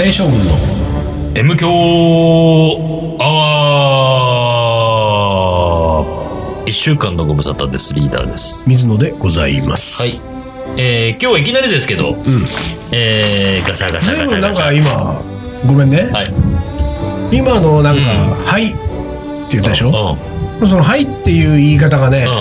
大将軍の M 強アワー。1週間のご無沙汰です。リーダーです。 水野でございます。 はい。今日はいきなりですけど、ガシャガシャガシャガシャ。 なんか今ごめんね、はい、今のなんか、はいって言ったでしょ、そのはいっていう言い方がね、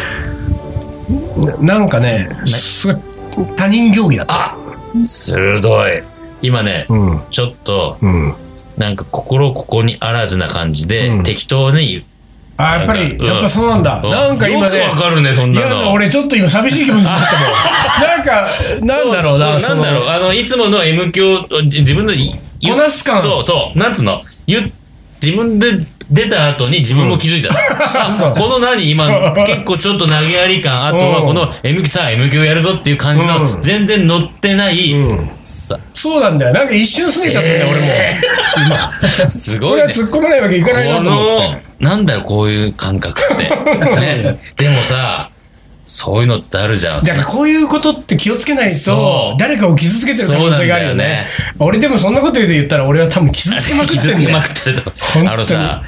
なんかねすごい他人行儀だった。 あ、鋭い。今ね、ちょっと、なんか心ここにあらずな感じで、適当に言う。 あ、やっぱり、やっぱそうなんだ。なんか今ね、 よくわかるね、そんなの。 いや、俺ちょっと今寂しい気持ちになったもん。なんだろうな、 なんだろう、いつもの M 響、自分でこなす感。 そうそう、なんつうの、自分で出た後に自分も気づいた。この今、結構ちょっと投げやり感、あとはこの M 響やるぞっていう感じの、全然乗ってない、 そうなんだよ。なんか一瞬過ぎちゃってんだよ、俺も。今。すごい。これは突っ込まないわけいかないなと思って。 なんだよ、こういう感覚って。でもさ、そういうのってあるじゃん。 だからこういうことって気をつけないと、誰かを傷つけてる可能性があるよね。俺でもそんなこと言ったら俺は多分傷つけまくってんだよ。傷つけまくってると。さ、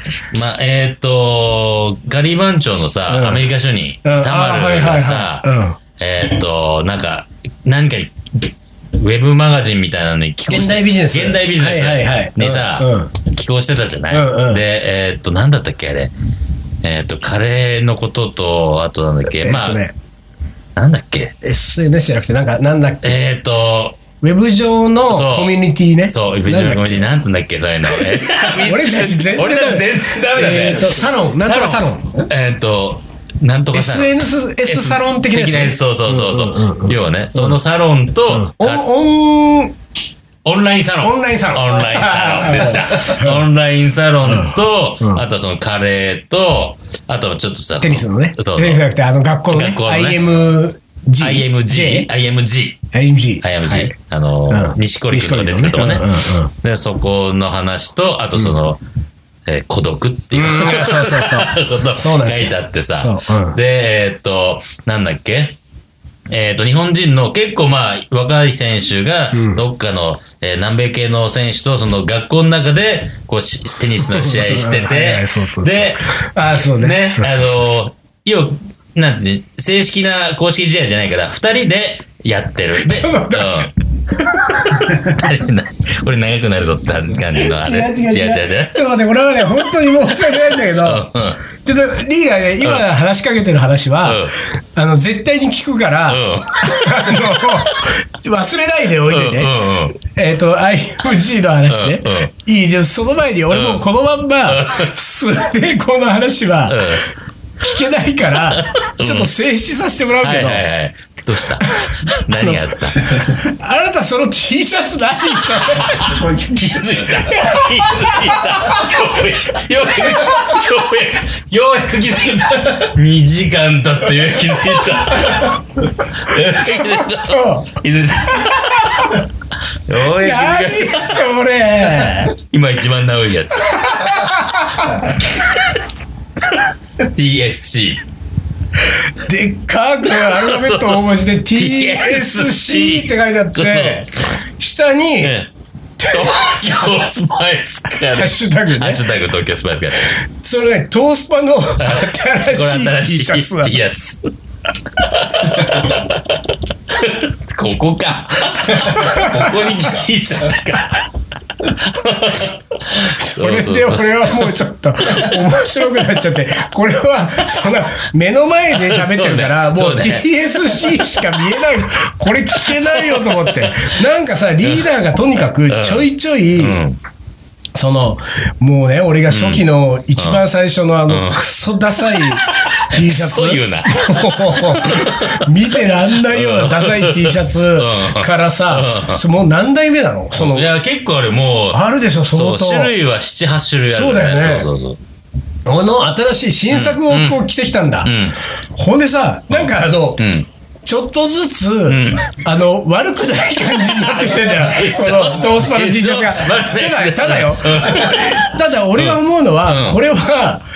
ガリバン長のさ、アメリカ主任、タマルがさ、なんか、何かウェブマガジンみたいなのに現代ビジネスにさ、寄稿してたじゃない。で、何だったっけあれ。カレーのことと、あとなんだっけ、なんだっけ SNS じゃなくて、なんだっけウェブ上のコミュニティね。 そう、ウェブ上のコミュニティ、なんつうんだっけ、そういうの。 俺たち全然ダメだね。サロン、なんとかサロン。なんとかサロン。SNS サロン的なやつ。 そう。要はね、そのサロンと、オンラインサロンですか。オンラインサロンと、あとはそのカレーと、あとちょっとさ、 テニスのね。テニスじゃなくて、学校のね。IMG。 西堀君が出てるとこね。で、そこの話と、あとその、孤独っていうこと書いてあってさ。で、なんだっけ日本人の結構若い選手が、どっかの南米系の選手とその学校の中で、こう、テニスの試合してて、で、要は、なんて、正式な公式試合じゃないから、二人でやってる。これ長くなるぞって感じのあれ。違う。 ちょっと待って、これはね、本当に申し訳ないんだけど、ちょっとリーダーね、今話しかけてる話は、絶対に聞くから、忘れないでおいてね。IMG の話ね。いいです。その前に俺もこのまんま、素でこの話は、聞けないから、ちょっと静止させてもらうけど。 どうした何があったあなたその T シャツ何それ気づいたようやく気づいた2時間経ってようやく気づいたようやく何それ今一番長いやつTSC でっかくアルファベット大文字で TSC って書いてあって下に東京スパイスカレーハッシュタグねハッシュタグ東京スパイスカレーそれねトースパの新しい T シャツだやつここかここに気づいちゃったかそれで俺はもうちょっと面白くなっちゃってこれはそんな目の前で喋ってるからもう TSC しか見えないこれ聞けないよと思ってなんかさリーダーがとにかくちょいちょいそのもうね俺が初期の一番最初のクソダサい T シャツそう言うな見てらんないようなダサい T シャツからさもう何代目なのそのいや結構あれもうあるでしょ相当種類は 7,8 種類あるそうだよねそう新しい新作をこう着てきたんだほんでさなんかちょっとずつ、悪くない感じになってきてんだよ。このトースパの T シャツが。ただよ。ただ俺が思うのは、これは、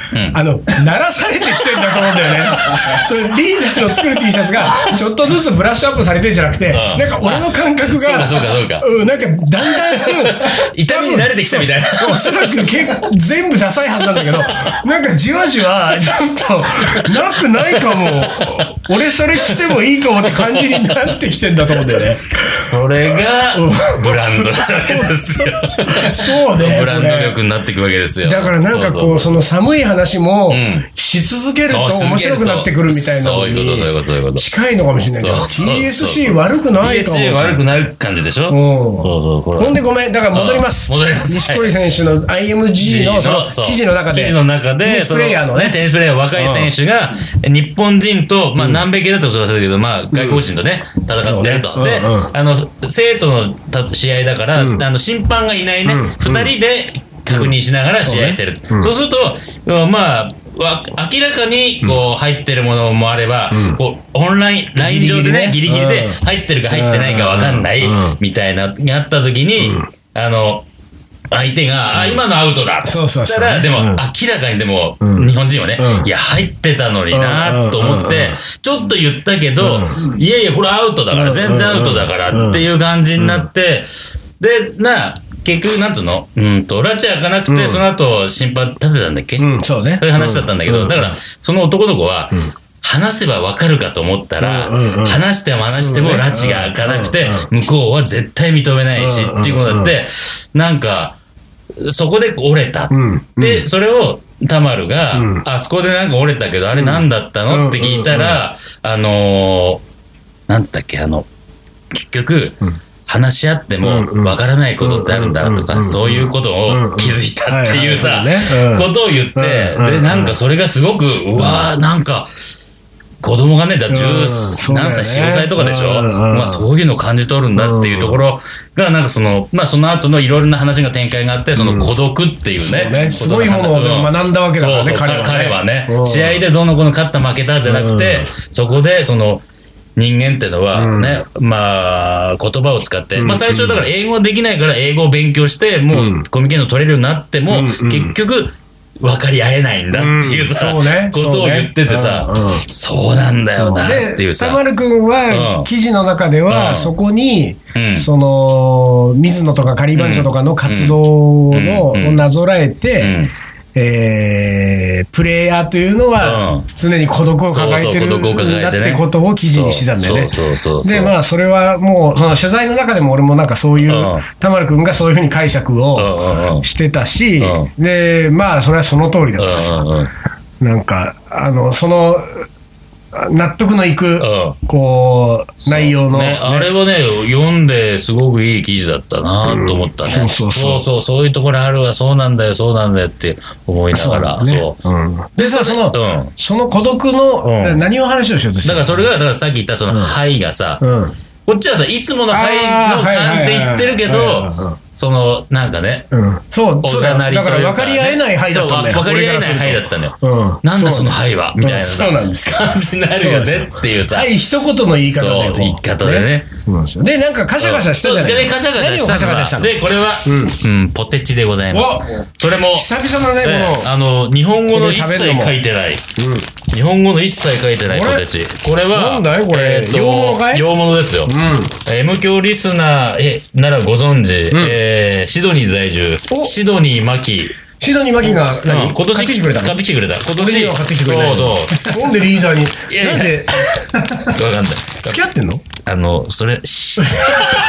鳴らされてきてんだと思うんだよね。それリーダーの作る T シャツがちょっとずつブラッシュアップされてんじゃなくて、なんか俺の感覚がそうかなんかだんだん痛みに慣れてきたみたいな。 おそらく全部ダサいはずなんだけど、なんかじわじわちょっとなくないかも、俺それ着てもいいかもって感じになってきてんだと思うんだよね。 それがブランドなわけですよ。 そうね。 ブランド力になっていくわけですよ。 だからなんかこう、その寒い話もし続けると面白くなってくるみたいなのに近いのかもしれないけど、TSC 悪くないかも。 TSC 悪くない感じでしょ。 ほんでごめん、だから戻ります。錦織選手の IMG のその記事の中で、テニスプレイヤーのね、 テニスプレイヤー若い選手が日本人と、まあ南米系だと忘れたけど、まあ外国人とね、戦ってると。で、生徒の試合だから、審判がいないね、2人で確認しながら試合してる。そうすると、まあ、明らかにこう入ってるものもあれば、こうオンライン、ライン上でね、ギリギリで入ってるか入ってないか分かんないみたいな、にあった時に、相手が、今のアウトだって言ったら、でも明らかにでも、日本人はね、いや、入ってたのになと思って、ちょっと言ったけど、いやいや、これアウトだから、全然アウトだからっていう感じになって、で、結局、なんつうの拉致開かなくて、その後、審判立てたんだっけそうね。 そういう話だったんだけど、だから、その男の子は、話せばわかるかと思ったら、話しても話しても拉致が開かなくて、向こうは絶対認めないし、っていうことだって、なんか、そこで折れた。で、それを、田丸が、あそこでなんか折れたけど、あれ何だったのって聞いたら、なんつったっけ、結局、話し合ってもわからないことってあるんだなとか、そういうことを気づいたっていうさ、ことを言って、で、なんかそれがすごく、うわー、なんか、子供がね、だ10何歳、4、5歳とかでしょ。まあそういうのを感じ取るんだっていうところが、なんかまあその後のいろいろな話が展開があって、その孤独っていうね。 すごいものを学んだわけだからね、 彼はね。試合でどの子の勝った負けたじゃなくて、そこでその、人間ってのはね、まあ、言葉を使って、まあ最初だから英語できないから英語を勉強して、もうコミュニケーション取れるようになっても、結局、分かり合えないんだっていうさ、ことを言っててさ、そうなんだよなっていうさ。 田丸君は、記事の中では、そこに、その、水野とかカリー番長とかの活動をなぞらえて、プレイヤーというのは常に孤独を抱えてるんだってことを記事にしてたんだよね。で、まあそれはもうその取材の中でも俺もなんかそういう田丸君がそういうふうに解釈をしてたし、でまあそれはその通りだからさ、なんかその納得のいく、こう、内容の、 あれはね、読んですごくいい記事だったなと思ったね。そういうところあるわ、そうなんだよって思いながら。 でさ、その孤独の、何を話をしようとしてだからそれが、だからさっき言ったその、はいがさ、こっちはさ、いつものはいの感じで言ってるけど、その、なんかね、おざなりというか、 だから分かり合えないはいだったんだよ。 分かり合えないはいだったんだよ。なんだそのはいはみたいな感じになるよねっていうさ。 はい、一言の言い方だよ。 言い方でね。 で、なんかカシャカシャしたじゃない。 で、カシャカシャした。で、これは、ポテチでございます。それも、 久々だね、 日本語の一切書いてない。日本語の一切書いてないポテチ。これは、 なんだいこれ。 洋物ですよ。M 教リスナーならご存知、シドニー在住、シドニーマキ。 シドニーマキが今年買ってきてくれた。今年買ってきてくれた。そう。なんでリーダーに。なんで。 わかんない。 付き合ってんの？ それ、 すぐ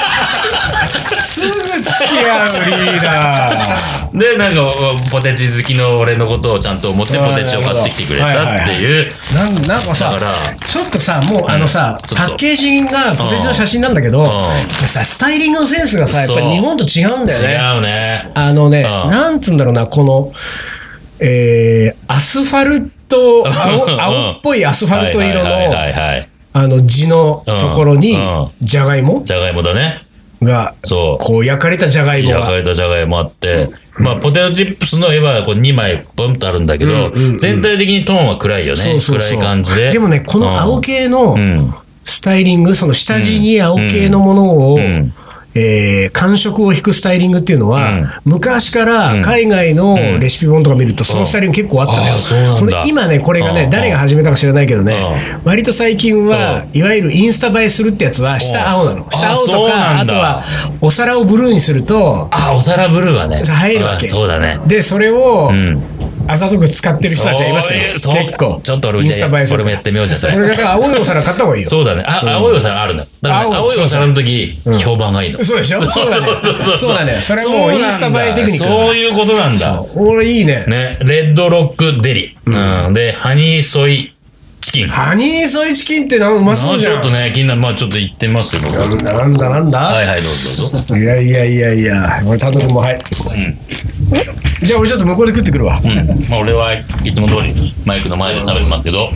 付き合うリーダー。で、なんか、ポテチ好きの俺のことをちゃんと思ってポテチを買ってきてくれたっていう。 なんかさ、ちょっとさ、もうパッケージがポテチの写真なんだけど、スタイリングのセンスがさ、やっぱり日本と違うんだよね。 違うね。 なんつうんだろうな、この、アスファルト、青っぽいアスファルト色の、地のところに、じゃがいもだね。 が、こう焼かれたじゃがいもが。 焼かれたじゃがいもあって、まあ、ポテトチップスの絵は2枚ポンとあるんだけど、全体的にトーンは暗いよね。暗い感じで。 でもね、この青系のスタイリング、その下地に青系のものを、 感触を引くスタイリングっていうのは、昔から海外のレシピ本とか見ると、そのスタイリング結構あったのよ。今ね、これがね、誰が始めたか知らないけどね、割と最近はいわゆるインスタ映えするってやつは下青なの。下青とか、あとはお皿をブルーにすると、 お皿ブルーはね、 映えるわけ。 そうだね。 で、それを、あざとく使ってる人たちはいますよ。結構。 ちょっと俺もやってみようじゃん、それ。 これだから青いお皿買った方がいいよ。 そうだね。青いお皿あるの。だから青いお皿の時、評判がいいの。 そうでしょ？そうだね。そうだね。それもうインスタ映えテクニック。 そういうことなんだ。 俺いいね。 ね。レッドロックデリ。で、ハニーソイチキン。 ハニーソイチキンってうまそうじゃん。 ちょっとね、気になる。まあちょっと言ってみますよ。 なんだはいはい、どうぞ。 いや。俺、単独もはい。じゃあ俺ちょっと向こうで食ってくるわ。 まあ俺はいつも通りマイクの前で食べてますけど。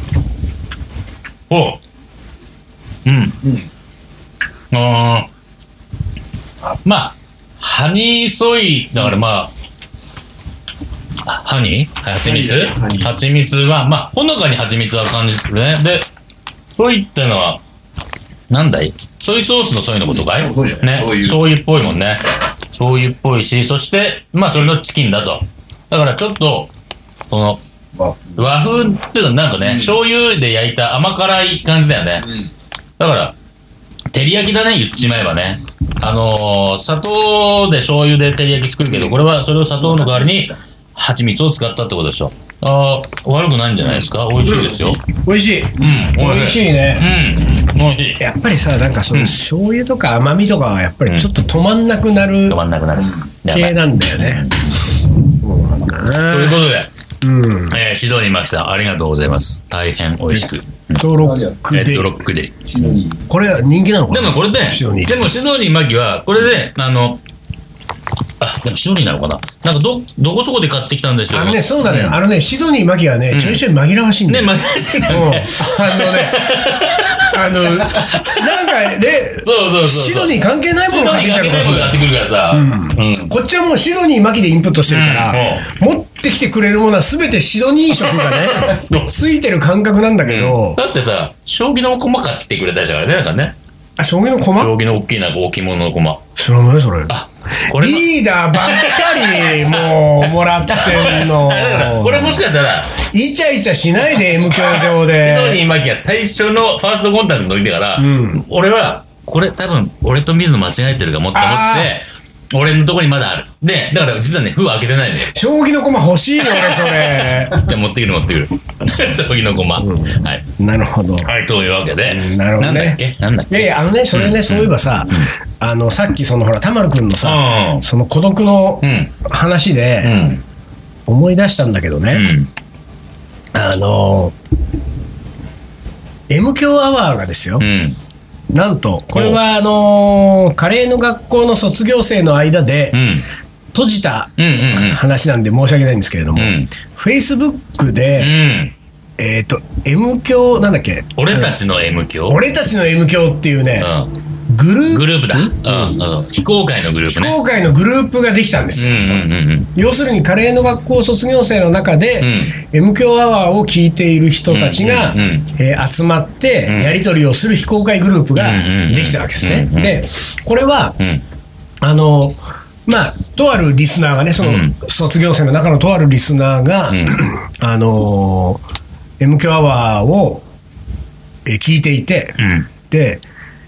まあ、ハニーソイ、だからまあ、ハニー蜂蜜は、まあ、ほのかに蜂蜜は感じるね。で、ソイってのは、なんだい？ソイソースのソイのことかい？ね。醤油っぽいもんね。醤油っぽいし、そして、まあ、それのチキンだと。だからちょっと、その、和風っていうのはなんかね、醤油で焼いた甘辛い感じだよね。だから、照り焼きだね、言っちまえばね。砂糖で醤油で照り焼き作るけど、これはそれを砂糖の代わりに蜂蜜を使ったってことでしょ。悪くないんじゃないですか？美味しいですよ。 美味しい。美味しいね。美味しい。やっぱりさ、なんかその醤油とか甘みとかはやっぱりちょっと止まんなくなる系なんだよね。 ということで、シドニーマキさん、ありがとうございます。大変美味しく。レッドロックデリ。 これは人気なのかな？ でもこれで、シドニーマキは、これで、でもシドニーなのかな？なんかどこそこで買ってきたんでしょう？ そうだね。シドニーマキはね、ちょいちょい紛らわしいんだよ。 ね、紛らわしいんだよね。 なんかね、シドニー関係ないもの買ってきたのか、 買ってくるからさ。 こっちはもうシドニーマキでインプットしてるから、持ってきてくれるものは全てシドニー色がね、ついてる感覚なんだけど。 だってさ、将棋の駒買ってきてくれたりしたからね、なんかね。 将棋の駒？ 将棋の大きい置物の駒。 知らないそれ。リーダーばっかりもうもらってんの。 これもしかしたらイチャイチャしないで M 教場で。 シドニーマキが最初のファーストコンタクトの時だから、俺はこれ多分俺と水野間違えてるかもって思って俺のとこにまだある。で、だから実はね、封開けてないのよ。 将棋の駒欲しいよ、俺、それ。 じゃ持ってくる。将棋の駒。はい。 なるほど。 はい、というわけで。 なるほどね。 なんだっけいや、それね、そういえばさ、さっきほら、田丸くんのさ、その孤独の話で、思い出したんだけどね、M 教アワーがですよ。なんと、これはカレーの学校の卒業生の間で閉じた話なんで申し訳ないんですけれども、Facebook で、M 教、なんだっけ、 俺たちの M 教っていうね、グループだ。非公開のグループね。非公開のグループができたんですよ。要するにカレーの学校卒業生の中で、M 教アワーを聞いている人たちが集まってやり取りをする非公開グループができたわけですね。で、これはまあとあるリスナーがね、その卒業生の中のとあるリスナーがM 教アワーを聞いていて、で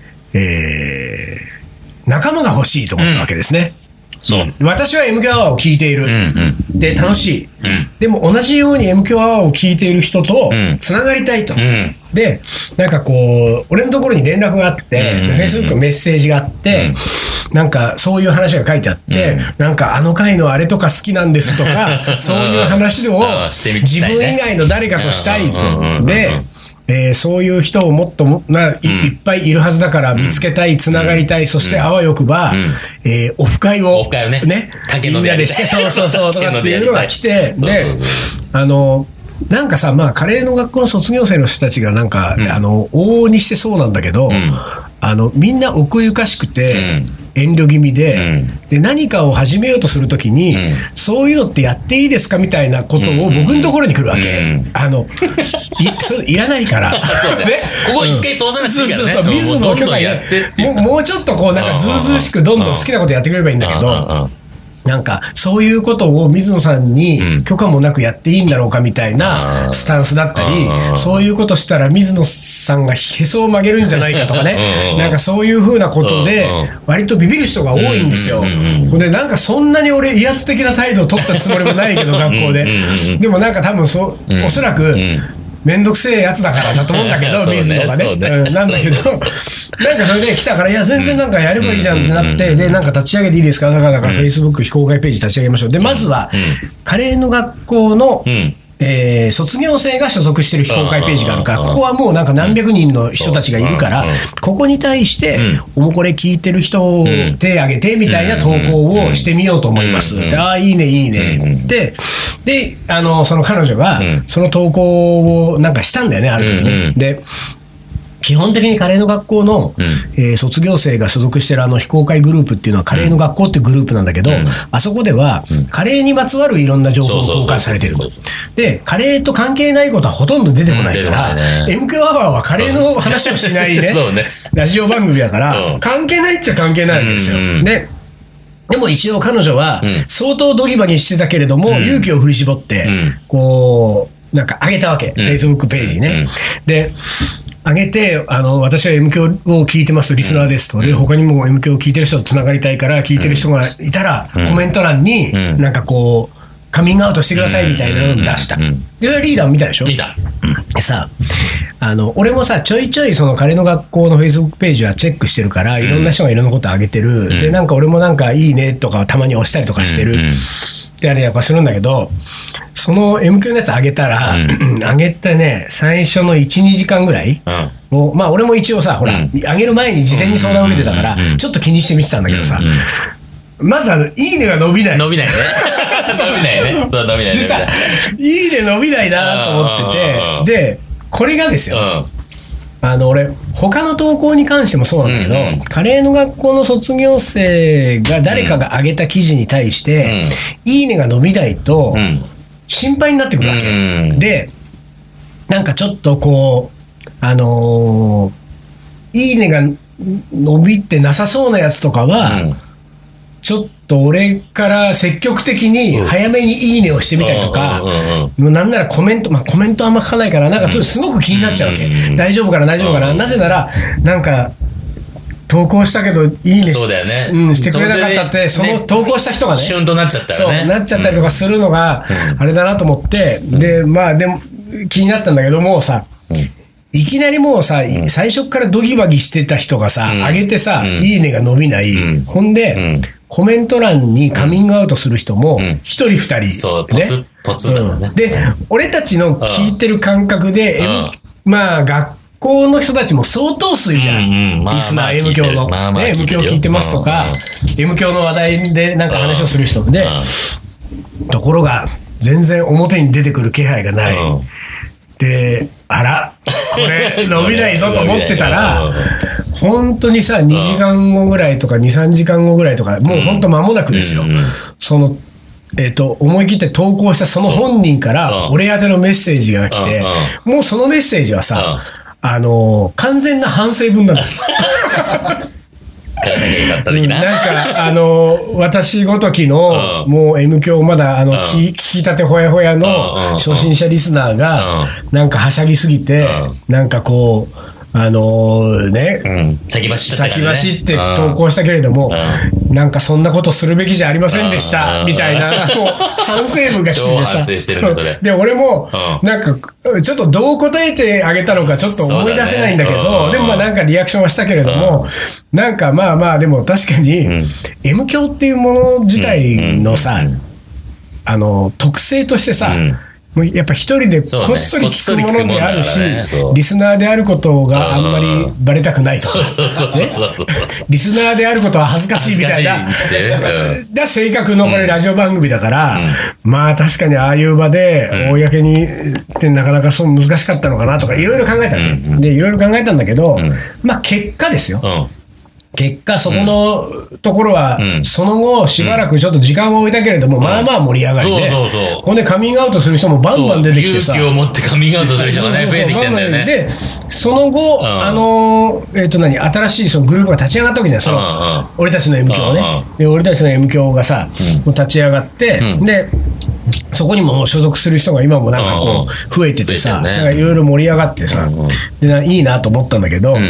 仲間が欲しいと思ったわけですね。私は M 響アワーを聞いている、で楽しい、でも同じように M 響アワーを聞いている人とつながりたいと、でなんかこう俺のところに連絡があって、Facebook メッセージがあって、なんかそういう話が書いてあって、なんか回のあれとか好きなんですとかそういう話を自分以外の誰かとしたいと。でそういう人をもっといっぱいいるはずだから見つけたい、つながりたい、そしてあわよくばオフ会をねみんなでしてそうとかっていうのが来て、でなんかさ、まあカレーの学校の卒業生の人たちがなんか往々にしてそうなんだけど、みんな奥ゆかしくて、 遠慮気味で、で何かを始めようとするときに、そういうのってやっていいですかみたいなことを僕のところに来るわけ。それいらないから。 ここ一回通さなくていいからね。 そう水野許可でもうちょっとこうなんかずうずうしくどんどん好きなことやってくれればいいんだけど、なんかそういうことを水野さんに許可もなくやっていいんだろうかみたいなスタンスだったり、そういうことしたら水野さんがへそを曲げるんじゃないかとかね、なんかそういうふうなことで割とビビる人が多いんですよ。でなんかそんなに俺威圧的な態度を取ったつもりもないけど学校で、でもなんか多分おそらくめんどくせえやつだからだと思うんだけど、水野がね。なんだけど、なんかそれで来たから、いや、全然なんかやればいいじゃんってなって、で、なんか立ち上げていいですか、だから、Facebook 非公開ページ立ち上げましょう。で、まずは、カレーの学校の、卒業生が所属してる非公開ページがあるから、ここはもうなんか何百人の人たちがいるから、ここに対して、おもこれ聞いてる人を手挙げてみたいな投稿をしてみようと思います。で、ああ、いいね、いいね。で、その彼女が、その投稿をなんかしたんだよね、ある時ね。で、基本的にカレーの学校の、卒業生が所属してる非公開グループっていうのはカレーの学校っていうグループなんだけど、あそこではカレーにまつわるいろんな情報が交換されてる。で、カレーと関係ないことはほとんど出てこないから、MQ アワーはカレーの話をしないね、ラジオ番組だから、関係ないっちゃ関係ないんですよ。でも一応彼女は相当ドギマギしてたけれども、勇気を振り絞って、こう、なんか上げたわけ。Facebook ページにね。で、上げて、私は M 響を聞いてます、リスナーですと。で、他にも M 響を聞いてる人と繋がりたいから、聞いてる人がいたら、コメント欄に、なんかこう、カミングアウトしてくださいみたいなのを出した。で、リーダー見たでしょ？ 見た。 でさ、俺もさ、ちょいちょいそのカレーの学校の Facebook ページはチェックしてるから、いろんな人がいろんなこと上げてる。で、なんか俺もなんかいいねとかたまに押したりとかしてる。ってあれやっぱするんだけど、その M 響のやつ上げたら、上げてね、最初の1、2時間ぐらいを、まあ俺も一応さ、ほら、上げる前に事前に相談を受けてたから、ちょっと気にして見てたんだけどさ、まずいいねが伸びない。 伸びないね。伸びないね。そう、伸びないね。 でさ、いいね伸びないなと思ってて、で、これがですよ、俺、他の投稿に関してもそうなんだけど、カレーの学校の卒業生が誰かが上げた記事に対して、いいねが伸びないと、心配になってくるわけ。で、なんかちょっとこう、いいねが伸びてなさそうなやつとかは、ちょっと俺から積極的に早めにいいねをしてみたりとか、もうなんならコメントあんま書かないから、なんかすごく気になっちゃうわけ。大丈夫かな、大丈夫かな。なぜなら、なんか、投稿したけど、いいねしてくれなかったって、その投稿した人がね、 シュンとなっちゃったらね。 そう、なっちゃったりとかするのが、あれだなと思って、で、まあ、でも、気になったんだけどもさ、いきなりもうさ、最初からドギマギしてた人がさ、上げてさ、いいねが伸びない。ほんで、コメント欄にカミングアウトする人も、一人二人。 そう、ポツだもんね。 で、俺たちの聞いてる感覚で、まあ、学校の人たちも相当数いるじゃん。リスナー M 響の。M 響聞いてますとか、M 響の話題でなんか話をする人で、ところが、全然表に出てくる気配がない。で、あら、これ伸びないぞと思ってたら、本当にさ、2時間後ぐらいとか2、3時間後ぐらいとか、もう本当間もなくですよ。その、思い切って投稿したその本人から俺宛てのメッセージが来て、もうそのメッセージはさ、完全な反省文なんです。なんか、私ごときの、もう M 響まだ、聞きたてほやほやの初心者リスナーが、なんかはしゃぎすぎて、なんかこう、 先走って投稿したけれども、なんかそんなことするべきじゃありませんでした、みたいな、もう反省文が来てさ。で、俺も、なんか、ちょっとどう答えてあげたのかちょっと思い出せないんだけど、でもまあなんかリアクションはしたけれども、なんかまあまあ、でも確かに、M 響っていうもの自体のさ、特性としてさ、もうやっぱ一人でこっそり聞くものであるし、リスナーであることがあんまりバレたくないとか、リスナーであることは恥ずかしいみたいな性格のこれラジオ番組だから、まあ確かにああいう場で公にってなかなかそう難しかったのかなとかいろいろ考えたんでいろいろ考えたんだけど、まあ結果ですよ。 結果そこのところは、その後しばらくちょっと時間を置いたけれども、まあまあ盛り上がりで、ほんでカミングアウトする人もバンバン出てきてさ、 勇気を持ってカミングアウトする人がね増えてきてんだよね。 でその後、新しいそのグループが立ち上がったわけじゃない、その俺たちの M 響ね。で俺たちの M 響がさ、もう立ち上がって、でそこにも所属する人が今もなんかこう増えててさ、なんかいろいろ盛り上がってさ、でいいなと思ったんだけど、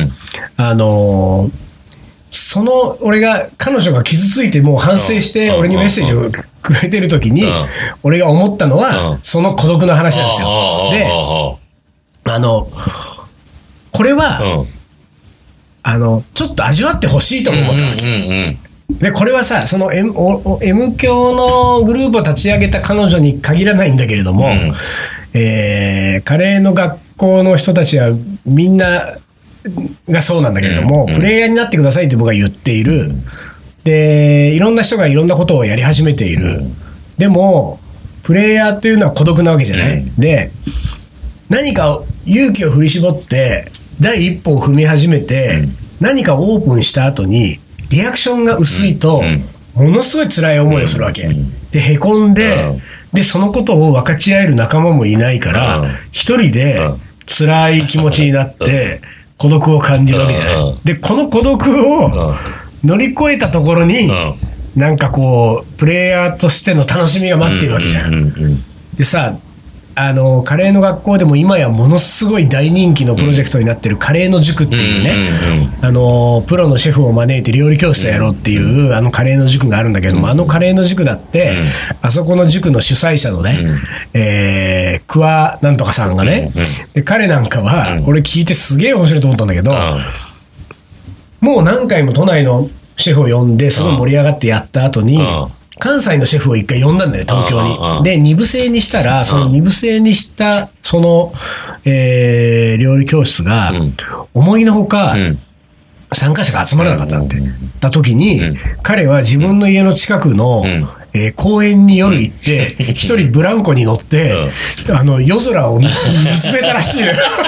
その俺が彼女が傷ついてもう反省して俺にメッセージをくれてる時に俺が思ったのはその孤独の話なんですよ。でこれはちょっと味わってほしいと思ったわけで、これはさその M 響のグループを立ち上げた彼女に限らないんだけれども、カレーの学校の人たちはみんながそうなんだけれども、プレイヤーになってくださいって僕が言っている。でいろんな人がいろんなことをやり始めている。でもプレイヤーっていうのは孤独なわけじゃない。で何か勇気を振り絞って第一歩を踏み始めて、何かオープンした後にリアクションが薄いとものすごい辛い思いをするわけで、へこんで、でそのことを分かち合える仲間もいないから一人で辛い気持ちになって孤独を感じるわけじゃない。でこの孤独を乗り越えたところになんかこうプレイヤーとしての楽しみが待ってるわけじゃん。でさカレーの学校でも今やものすごい大人気のプロジェクトになってるカレーの塾っていうね、プロのシェフを招いて料理教室をやろうっていうカレーの塾があるんだけども、カレーの塾だって、あそこの塾の主催者のね、桑なんとかさんがね、で彼なんかはこれ聞いてすげえ面白いと思ったんだけど、もう何回も都内のシェフを呼んですごい盛り上がってやった後に、関西のシェフを一回呼んだんだよね、東京に。で、二部制にしたら、その二部制にした、その、料理教室が、思いのほか、参加者が集まらなかったんで、た時に、彼は自分の家の近くの、公園に夜行って、一人ブランコに乗って、夜空を見つめたらしい。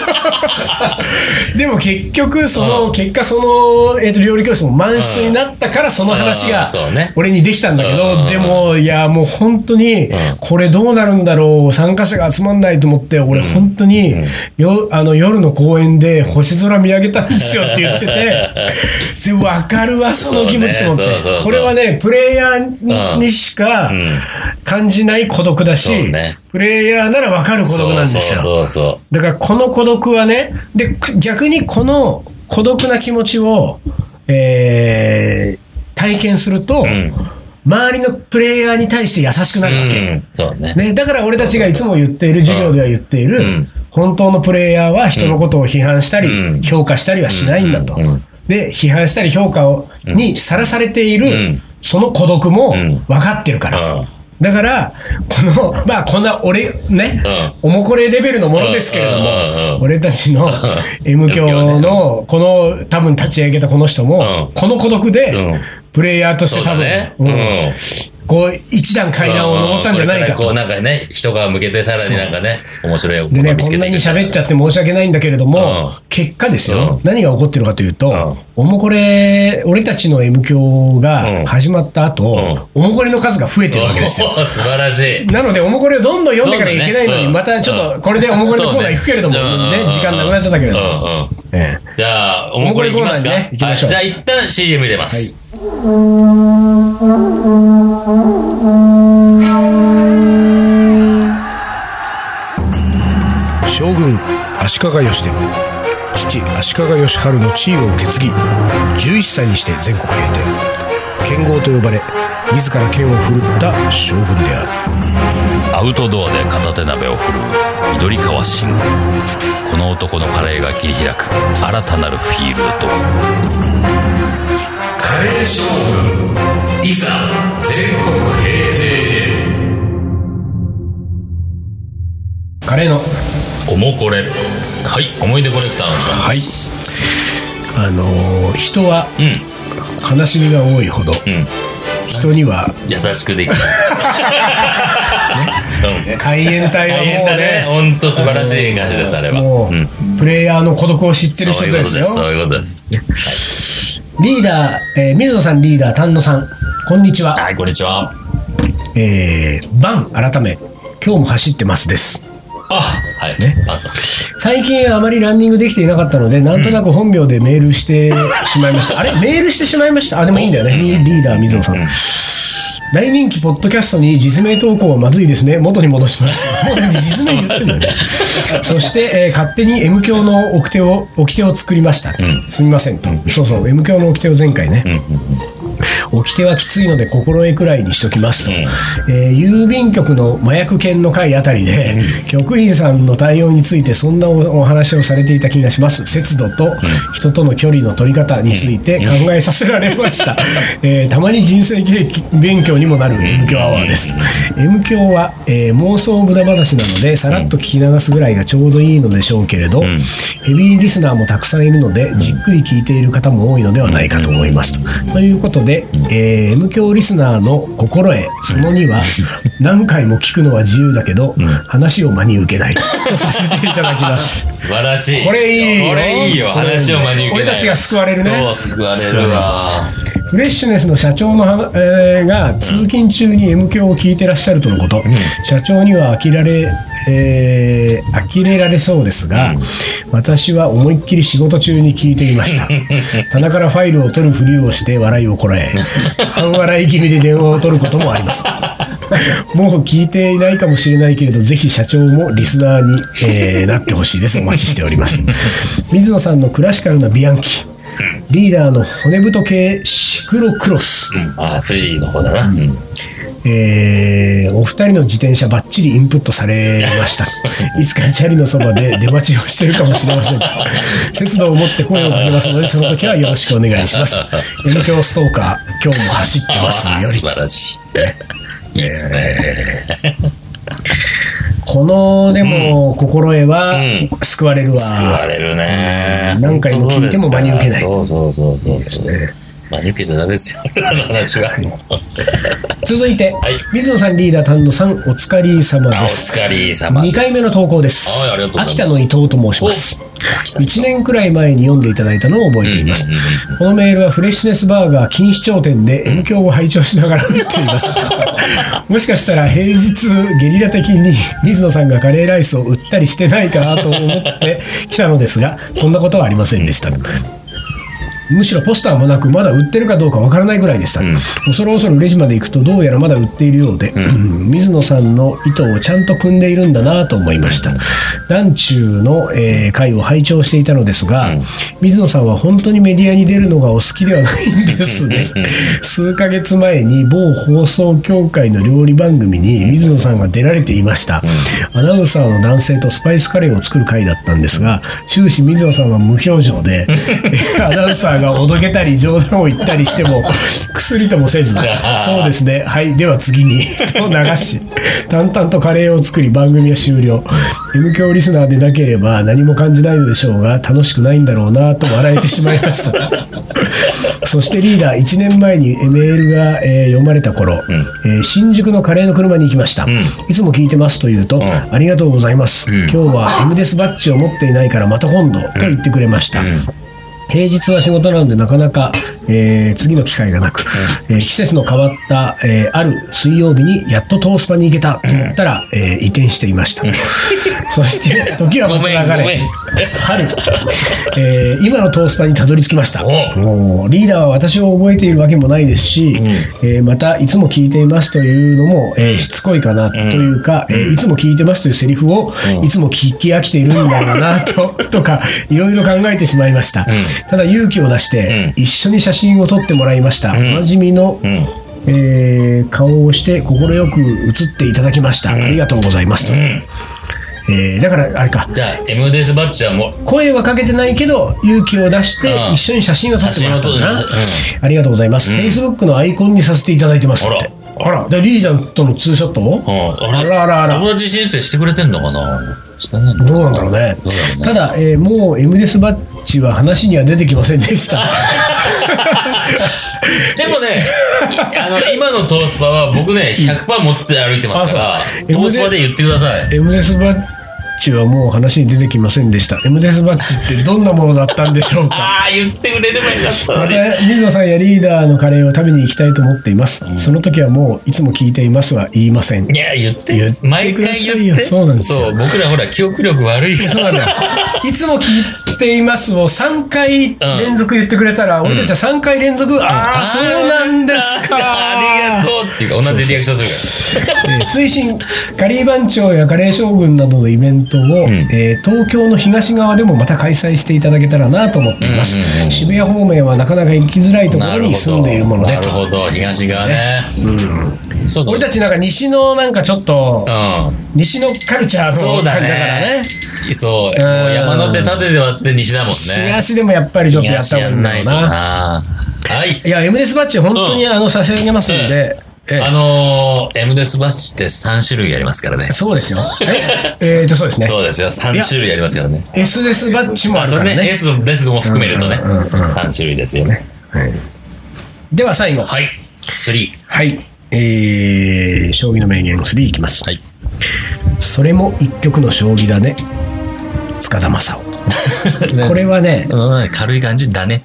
でも結局、結果料理教室も満室になったから、その話が俺にできたんだけど、でも、いや、もう本当に、これどうなるんだろう、参加者が集まんないと思って、俺本当に、夜の公園で星空見上げたんですよって言ってて、わかるわ、その気持ちと思って。これはね、プレイヤーにしか感じない孤独だし、プレイヤーなら分かる孤独なんですよ。だからこの孤独はね、で逆にこの孤独な気持ちを、体験すると、周りのプレイヤーに対して優しくなるわけ、だから俺たちがいつも言っている、授業では言っている、本当のプレイヤーは人のことを批判したり、評価したりはしないんだと。で批判したり評価にさらされている、その孤独も分かってるから、だからこんな俺ね、おもこれレベルのものですけれども、俺たちの M 響のこの多分立ち上げたこの人も、この孤独でプレイヤーとして多分こう一段階段を登ったんじゃないかと。 こうなんかね、一皮向けてさらになんかね、面白いことが見つけていく。でね、こんなに喋っちゃって申し訳ないんだけれども、結果ですよ、何が起こってるかというと、おもこれ、俺たちの M 響が始まった後、おもこれの数が増えてるわけですよ。 素晴らしい。 なので、おもこれをどんどん読んでからいけないのに、またちょっとこれでおもこれのコーナー行くけれども、ね、時間なくなっちゃったけれども。 じゃあ、おもこれ行きますか。じゃあ、一旦 CM 入れます。 将軍足利義輝、父足利義晴の地位を受け継ぎ、11歳にして全国平定、剣豪と呼ばれ自ら剣を振るった将軍である。 アウトドアで片手鍋を振るう緑川信吾。この男のカレーが切り開く新たなるフィールド。カレー将軍いざ全国平定へ。 カレーのおもこれ、はい、思い出コレクターの時間です。 人は悲しみが多いほど、人には優しくできる。 海援隊はもうね、 本当素晴らしい歌詞です。あれはもうプレイヤーの孤独を知ってる人ですよ。 そういうことです。 リーダー、水野さんリーダー丹野さん、こんにちは。 はい、こんにちは。 バン改め今日も走ってますです。 あ、はいね、 バンさん。 最近あまりランニングできていなかったので、なんとなく本名でメールしてしまいました。あれメールしてしまいました。あ、でもいいんだよね、リーダー水野さん。大人気ポッドキャストに実名投稿はまずいですね。元に戻します。もう実名言ってんだよね。そして、勝手に M 教の掟を作りました。すみませんと。そうそう、M 教の掟を前回ね。掟はきついので心得くらいにしときますと、郵便局の麻薬犬の会あたりで、局員さんの対応についてそんなお話をされていた気がします。節度と人との距離の取り方について考えさせられました。たまに人生勉強にもなる M 教アワーです。M 教は、妄想無駄話なのでさらっと聞き流すぐらいがちょうどいいのでしょうけれど、ヘビーリスナーもたくさんいるのでじっくり聞いている方も多いのではないかと思いますということで、M 教リスナーの心得その2は何回も聞くのは自由だけど、話を真に受けないとさせていただきます。 素晴らしい。 これいい。 これいいよ。話を真に受けない。 俺たちが救われるね。 そう、救われるわ。 フレッシュネスの社長の、が通勤中に M 教を聞いてらっしゃるとのこと。社長には呆れられそうですが、私は思いっきり仕事中に聞いていました。棚からファイルを取るふりをして笑いをこらえ、半笑い気味で電話を取ることもあります。もう聞いていないかもしれないけれど、ぜひ社長もリスナーに、なってほしいです。お待ちしております。水野さんのクラシカルなビアンキ、リーダーの骨太系シクロクロス、 富士の方だな。 お二人の自転車バッチリインプットされました。いつかチャリのそばで出待ちをしてるかもしれません。節度を持って声をかけますので、その時はよろしくお願いします。M 教ストーカー、今日も走ってますより。 素晴らしい。いいですね。 このでも心得は救われるわ。 救われるね。 何回も聞いても真に受けない。 そういいですね。 真に受けちゃダメですよ。話は。 続いて、水野さんリーダー丹野さんお疲れ様です。 お疲れ様です。 2回目の投稿です。秋田の伊藤と申します。1年くらい前に読んでいただいたのを覚えています。このメールはフレッシュネスバーガー錦糸町店で M 響を拝聴しながら打っています。もしかしたら平日ゲリラ的に水野さんがカレーライスを売ったりしてないかなと思ってきたのですが、そんなことはありませんでした。むしろポスターもなく、まだ売ってるかどうかわからないぐらいでした。恐る恐るレジまで行くと、どうやらまだ売っているようで、水野さんの意図をちゃんと組んでいるんだなと思いました。団中の、回を拝聴していたのですが、水野さんは本当にメディアに出るのがお好きではないんですね。数ヶ月前に某放送協会の料理番組に水野さんが出られていました。アナウンサーの男性とスパイスカレーを作る回だったんですが、終始水野さんは無表情で、アナウンサーがおどけたり冗談を言ったりしても薬ともせず、そうですね、はいでは次にと流し、淡々とカレーを作り番組は終了。 M 響リスナーでなければ何も感じないのでしょうが、楽しくないんだろうなと笑えてしまいました。そしてリーダー、1年前にメールが、読まれた頃、新宿のカレーの車に行きました。いつも聞いてますと言うと、ありがとうございます、今日は M デスバッジを持っていないからまた今度と言ってくれました。平日は仕事なのでなかなか、次の機会がなく、季節の変わった、ある水曜日にやっとトースパに行けたと思ったら、移転していました。そして時はまた流れ、春、今のトースパにたどり着きました。もうリーダーは私を覚えているわけもないですし、またいつも聞いていますというのも、しつこいかなというか、いつも聞いてますというセリフを、いつも聞き飽きているんだろうなとかいろいろ考えてしまいました。ただ勇気を出して一緒に写真を撮ってもらいました。おなじみの、顔をして快く写っていただきました。ありがとうございますと。だからあれか、 じゃあ M デスバッジはもう声はかけてないけど勇気を出して一緒に写真を撮ってもらったんだな。ありがとうございます。Facebook のアイコンにさせていただいてますって。あら、でリーダーとのツーショット？ あら友達申請してくれてんのかな。 どうなんだろうね。ただ、もう M デスバッジは話には出てきませんでした。 でもね、今のトースパは僕ね 100% 持って歩いてますから、トースパで言ってください。 M デスバッチはもう話に出てきませんでした。M デスバッジってどんなものだったんでしょうか。 ああ、言ってくれればよかったのに。 また水野さんやリーダーのカレーを食べに行きたいと思っています。その時はもういつも聞いていますは言いません。 いや、言って毎回言って。 そうなんですよ。 そう、僕らほら記憶力悪いから。 そうなんだよ。いつも聞いていますを3回連続言ってくれたら、俺たちは3回連続、ああ、そうなんですか。 ありがとうっていうか、同じリアクションするから。 追伸カリー番長やカレー将軍などのイベントを、東京の東側でもまた開催していただけたらなと思っています。渋谷方面はなかなか行きづらいところに住んでいるものでと。 なるほど、東側ね。 俺たちなんか西のなんかちょっと、西のカルチャーの感じだからね。 そう、もう山手縦で割って西だもんね。 東でもやっぱりちょっとやった方がいいんだろうな。 はい。 いや、M デスバッジ本当に差し上げますんで。 M デスバッジって3種類ありますからね。 そうですよ。そうですね。 そうですよ。3種類ありますからね。 S デスバッジもあるからね。 S デスも含めるとね、3種類ですよね。 では最後。 はい。3。 はい。将棋の名言3いきます。 はい。 それも一局の将棋だね。塚田正夫。これはね、 軽い感じだね。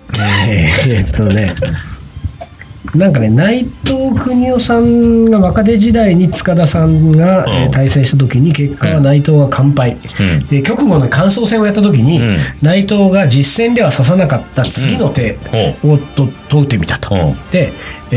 なんかね、内藤邦夫さんが若手時代に塚田さんが対戦した時に結果は内藤が完敗、で局後の感想戦をやった時に、内藤が実戦では指さなかった次の手を問うてみたと。で、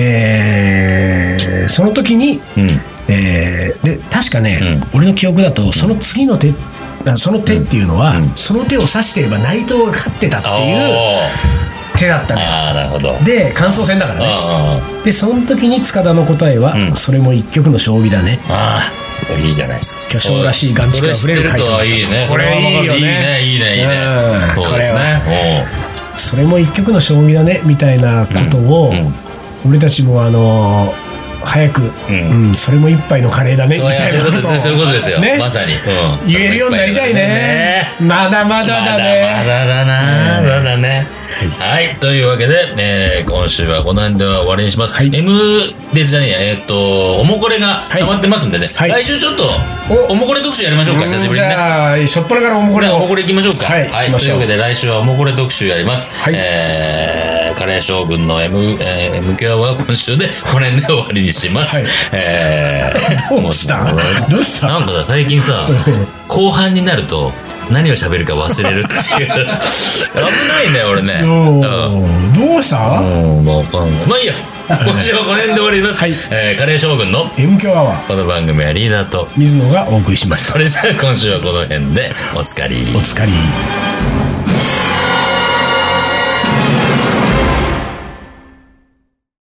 その時に、で確かね、俺の記憶だとその次の手その手っていうのは、その手を指していれば内藤が勝ってたっていう手だったのよ。 なるほど。 で感想戦だからね。でその時に塚田の答えは、それも一局の将棋だね。 いいじゃないですか。 巨匠らしい眼蓄あふれる回答だった。 いいね。 これいいよね。 いいね。そうですね。 それも一局の将棋だねみたいなことを、俺たちも早く、それも一杯のカレーだねみたいなことを、 そういうことですよ。まさに言えるようになりたいね。まだまだだね。 まだね。はい、というわけで、今週はこの辺で終わりにします。M デスじゃねえや、おもこれが溜まってますんでね、来週ちょっとおもこれ特集やりましょうか。久しぶりにね。じゃあしょっぱなからおもこれいきましょうか。はい、というわけで来週はおもこれ特集やります。カレー将軍の MK は今週でこの辺で終わりにします。 どうしたなんかさ、最近さ、後半になると何を喋るか忘れるっていう危ないね俺ね。 どうした？ まあいいや、今週はこの辺で終わります。カレー将軍の MK アワー、 この番組はリーダーと水野がお送りします。 それじゃあ今週はこの辺でおつかり。